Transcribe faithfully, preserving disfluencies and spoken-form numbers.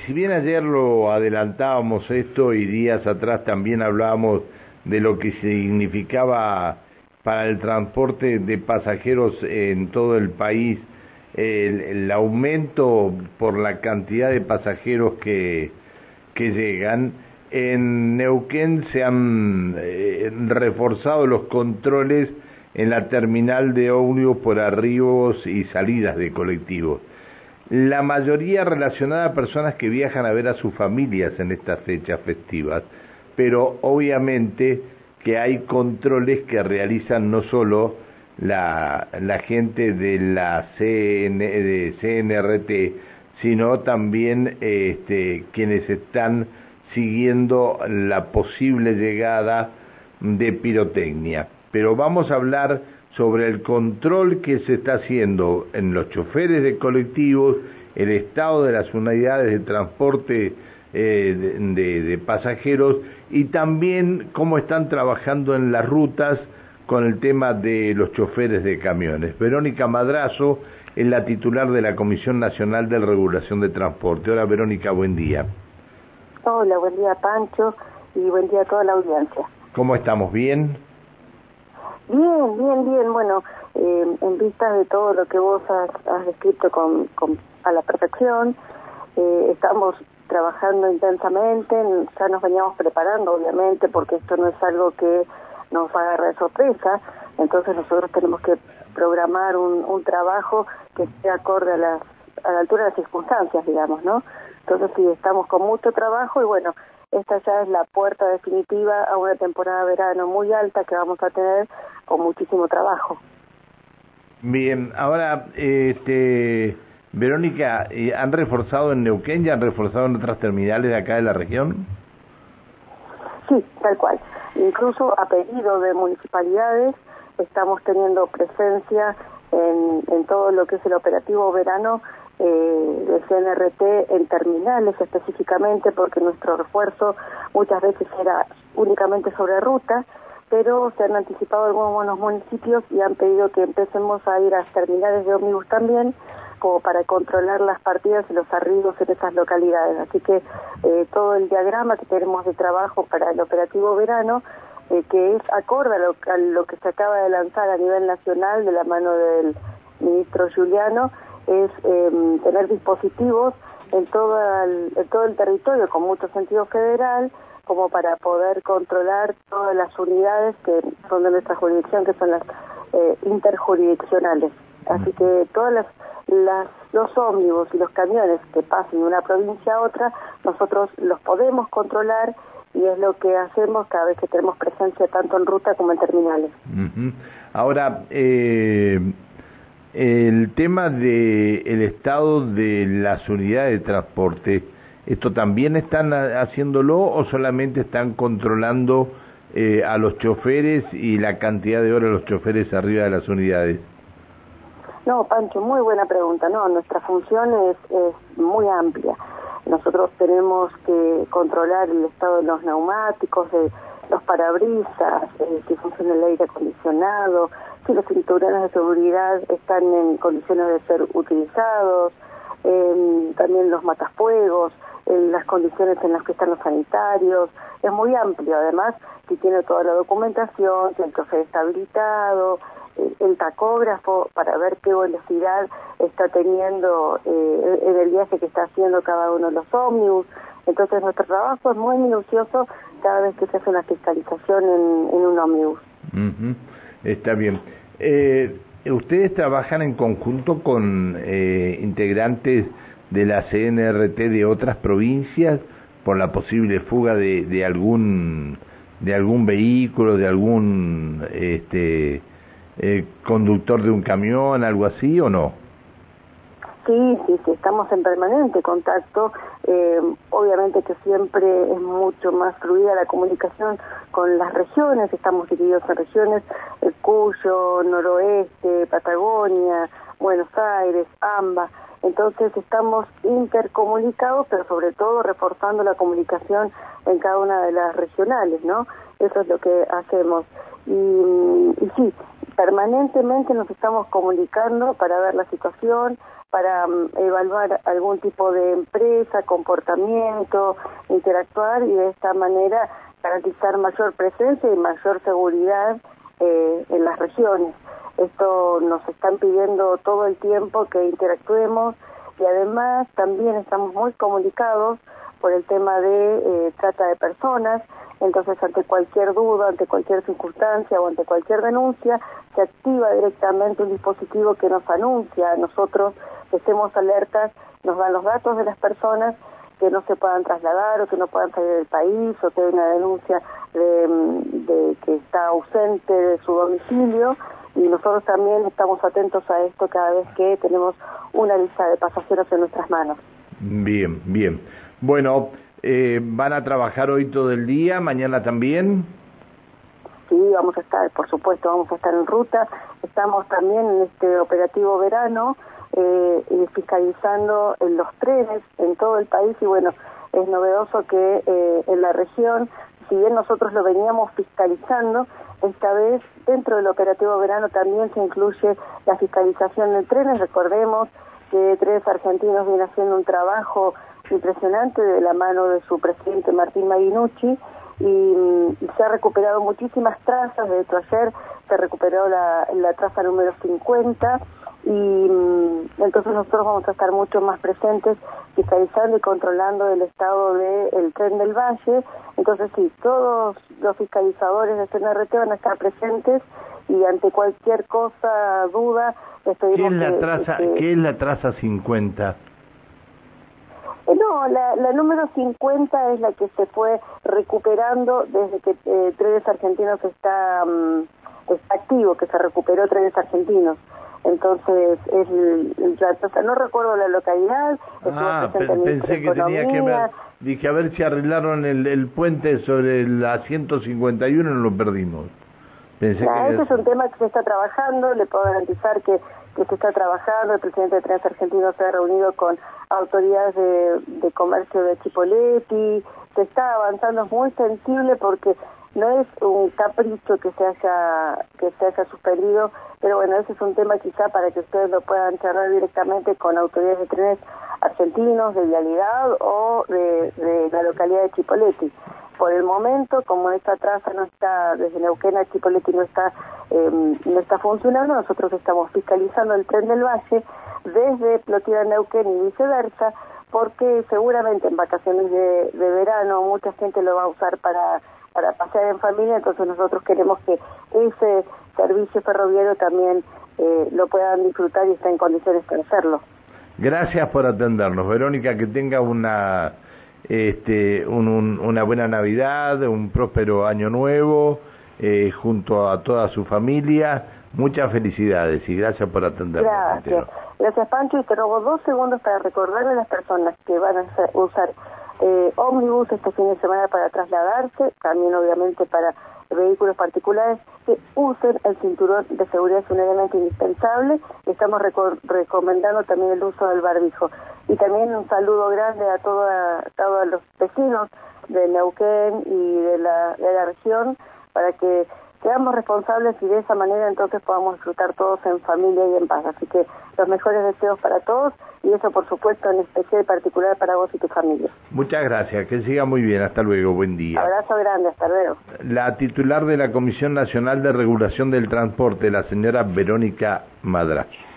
Si bien ayer lo adelantábamos esto y días atrás también hablábamos de lo que significaba para el transporte de pasajeros en todo el país, el, el aumento por la cantidad de pasajeros que, que llegan, en Neuquén se han eh, reforzado los controles en la terminal de ómnibus por arribos y salidas de colectivos. La mayoría relacionada a personas que viajan a ver a sus familias en estas fechas festivas, pero obviamente que hay controles que realizan no solo la, la gente de la C N, de C N R T, sino también este, quienes están siguiendo la posible llegada de pirotecnia. Pero vamos a hablar sobre el control que se está haciendo en los choferes de colectivos, el estado de las unidades de transporte eh, de, de, de pasajeros y también cómo están trabajando en las rutas con el tema de los choferes de camiones. Verónica Madrazo es la titular de la Comisión Nacional de Regulación de Transporte. Hola Verónica, buen día. Hola, buen día Pancho y buen día a toda la audiencia. ¿Cómo estamos? ¿Bien? Bien, bien, bien. Bueno, eh, en vista de todo lo que vos has, has descrito con, con, a la perfección, eh, estamos trabajando intensamente, ya nos veníamos preparando obviamente porque esto no es algo que nos agarre de sorpresa, entonces nosotros tenemos que programar un, un trabajo que esté acorde a, las, a la altura de las circunstancias, digamos, ¿no? Entonces sí, estamos con mucho trabajo y bueno, esta ya es la puerta definitiva a una temporada de verano muy alta que vamos a tener con muchísimo trabajo. Bien, ahora, este, Verónica, ¿han reforzado en Neuquén y han reforzado en otras terminales de acá de la región? Sí, tal cual. Incluso a pedido de municipalidades estamos teniendo presencia en, en todo lo que es el operativo verano eh, de C N R T en terminales específicamente, porque nuestro refuerzo muchas veces era únicamente sobre ruta, pero se han anticipado algunos municipios y han pedido que empecemos a ir a terminales de ómnibus también, como para controlar las partidas y los arribos en esas localidades. Así que eh, todo el diagrama que tenemos de trabajo para el operativo verano, eh, que es acorde a lo, a lo que se acaba de lanzar a nivel nacional de la mano del ministro Giuliano, es eh, tener dispositivos en todo, el, en todo el territorio con mucho sentido federal, como para poder controlar todas las unidades que son de nuestra jurisdicción, que son las eh, interjurisdiccionales. Así que todas las, las los ómnibus y los camiones que pasen de una provincia a otra, nosotros los podemos controlar y es lo que hacemos cada vez que tenemos presencia tanto en ruta como en terminales. Uh-huh. Ahora, eh, el tema de el estado de las unidades de transporte, ¿esto también están haciéndolo o solamente están controlando eh, a los choferes y la cantidad de horas de los choferes arriba de las unidades? No, Pancho, muy buena pregunta. No, nuestra función es, es muy amplia. Nosotros tenemos que controlar el estado de los neumáticos, de los parabrisas, eh, si funciona el aire acondicionado, si los cinturones de seguridad están en condiciones de ser utilizados, eh, también los matafuegos, eh, las condiciones en las que están los sanitarios. Es muy amplio, además, si tiene toda la documentación, si el chofer está habilitado, eh, el tacógrafo para ver qué velocidad está teniendo eh, en el viaje que está haciendo cada uno de los ómnibus. Entonces nuestro trabajo es muy minucioso cada vez que se hace una fiscalización en, en un ómnibus. Uh-huh. Está bien. Eh, ¿Ustedes trabajan en conjunto con eh, integrantes de la C N R T de otras provincias por la posible fuga de, de algún de algún vehículo, de algún este eh, conductor de un camión, algo así, o no? Sí, sí, sí, estamos en permanente contacto. Eh, obviamente que siempre es mucho más fluida la comunicación con las regiones, estamos divididos en regiones, el Cuyo, Noroeste, Patagonia, Buenos Aires, AMBA. Entonces estamos intercomunicados, pero sobre todo reforzando la comunicación en cada una de las regionales, ¿no? Eso es lo que hacemos. Y, y sí, permanentemente nos estamos comunicando para ver la situación, para um, evaluar algún tipo de empresa, comportamiento, interactuar y de esta manera garantizar mayor presencia y mayor seguridad eh, en las regiones. Esto nos están pidiendo todo el tiempo que interactuemos y además también estamos muy comunicados por el tema de eh, trata de personas. Entonces, ante cualquier duda, ante cualquier circunstancia o ante cualquier denuncia, se activa directamente un dispositivo que nos anuncia a nosotros que estemos alertas, nos dan los datos de las personas que no se puedan trasladar o que no puedan salir del país o que hay una denuncia de, de que está ausente de su domicilio, y nosotros también estamos atentos a esto cada vez que tenemos una lista de pasajeros en nuestras manos. Bien, bien. Bueno, eh, ¿van a trabajar hoy todo el día, mañana también? Sí, vamos a estar, por supuesto, vamos a estar en ruta. Estamos también en este operativo verano, eh, fiscalizando en los trenes en todo el país, y bueno, es novedoso que eh, en la región, si bien nosotros lo veníamos fiscalizando, esta vez dentro del operativo verano también se incluye la fiscalización de trenes. Recordemos que Trenes Argentinos viene haciendo un trabajo impresionante de la mano de su presidente Martín Maguinucci, y, y se ha recuperado muchísimas trazas. De hecho, ayer se recuperó la, la traza número cincuenta, y entonces nosotros vamos a estar mucho más presentes fiscalizando y controlando el estado del Tren del Valle. Entonces sí, todos los fiscalizadores de C N R T van a estar presentes, y ante cualquier cosa, duda, les pedimos ¿Qué es la que, traza, que, ¿qué es la traza cincuenta? Eh, no, la, la número cincuenta es la que se fue recuperando desde que eh, Trenes Argentinos está, um, está activo, que se recuperó Trenes Argentinos. Entonces, es la traza, no recuerdo la localidad. Ah, pe pensé que tenía que ver. Dije, a ver si arreglaron el, el puente sobre la ciento cincuenta y uno y lo perdimos. Pensé nah, que ese es un tema que se está trabajando, le puedo garantizar que, que se está trabajando. El presidente de Trenes Argentinos se ha reunido con autoridades de, de comercio de Chipoleti, se está avanzando, es muy sensible porque no es un capricho que se haya que se haya suspendido, pero bueno, ese es un tema quizá para que ustedes lo puedan charlar directamente con autoridades de Trenes Argentinos, de vialidad o de, de la localidad de Chipoleti. Por el momento, como esta traza no está, desde Neuquén a Chipoleti no está, eh, no está funcionando, nosotros estamos fiscalizando el Tren del Valle desde Plotier a Neuquén y viceversa, porque seguramente en vacaciones de, de verano mucha gente lo va a usar para para pasear en familia. Entonces nosotros queremos que ese servicio ferroviario también eh, lo puedan disfrutar y está en condiciones de hacerlo. Gracias por atendernos, Verónica, que tenga una este un, un, una buena Navidad, un próspero año nuevo, eh, junto a toda su familia. Muchas felicidades y gracias por atendernos. Gracias, gracias Pancho, y te robo dos segundos para recordarle a las personas que van a usar Eh, ómnibus este fin de semana para trasladarse, también obviamente para vehículos particulares, que usen el cinturón de seguridad, es un elemento indispensable. Estamos reco recomendando también el uso del barbijo. Y también un saludo grande a, toda, a todos los vecinos de Neuquén y de la, de la región, para que seamos responsables y de esa manera entonces podamos disfrutar todos en familia y en paz. Así que los mejores deseos para todos, y eso por supuesto en especial y particular para vos y tu familia. Muchas gracias, que siga muy bien, hasta luego, buen día. Abrazo grande, hasta luego. La titular de la Comisión Nacional de Regulación del Transporte, la señora Verónica Madrá.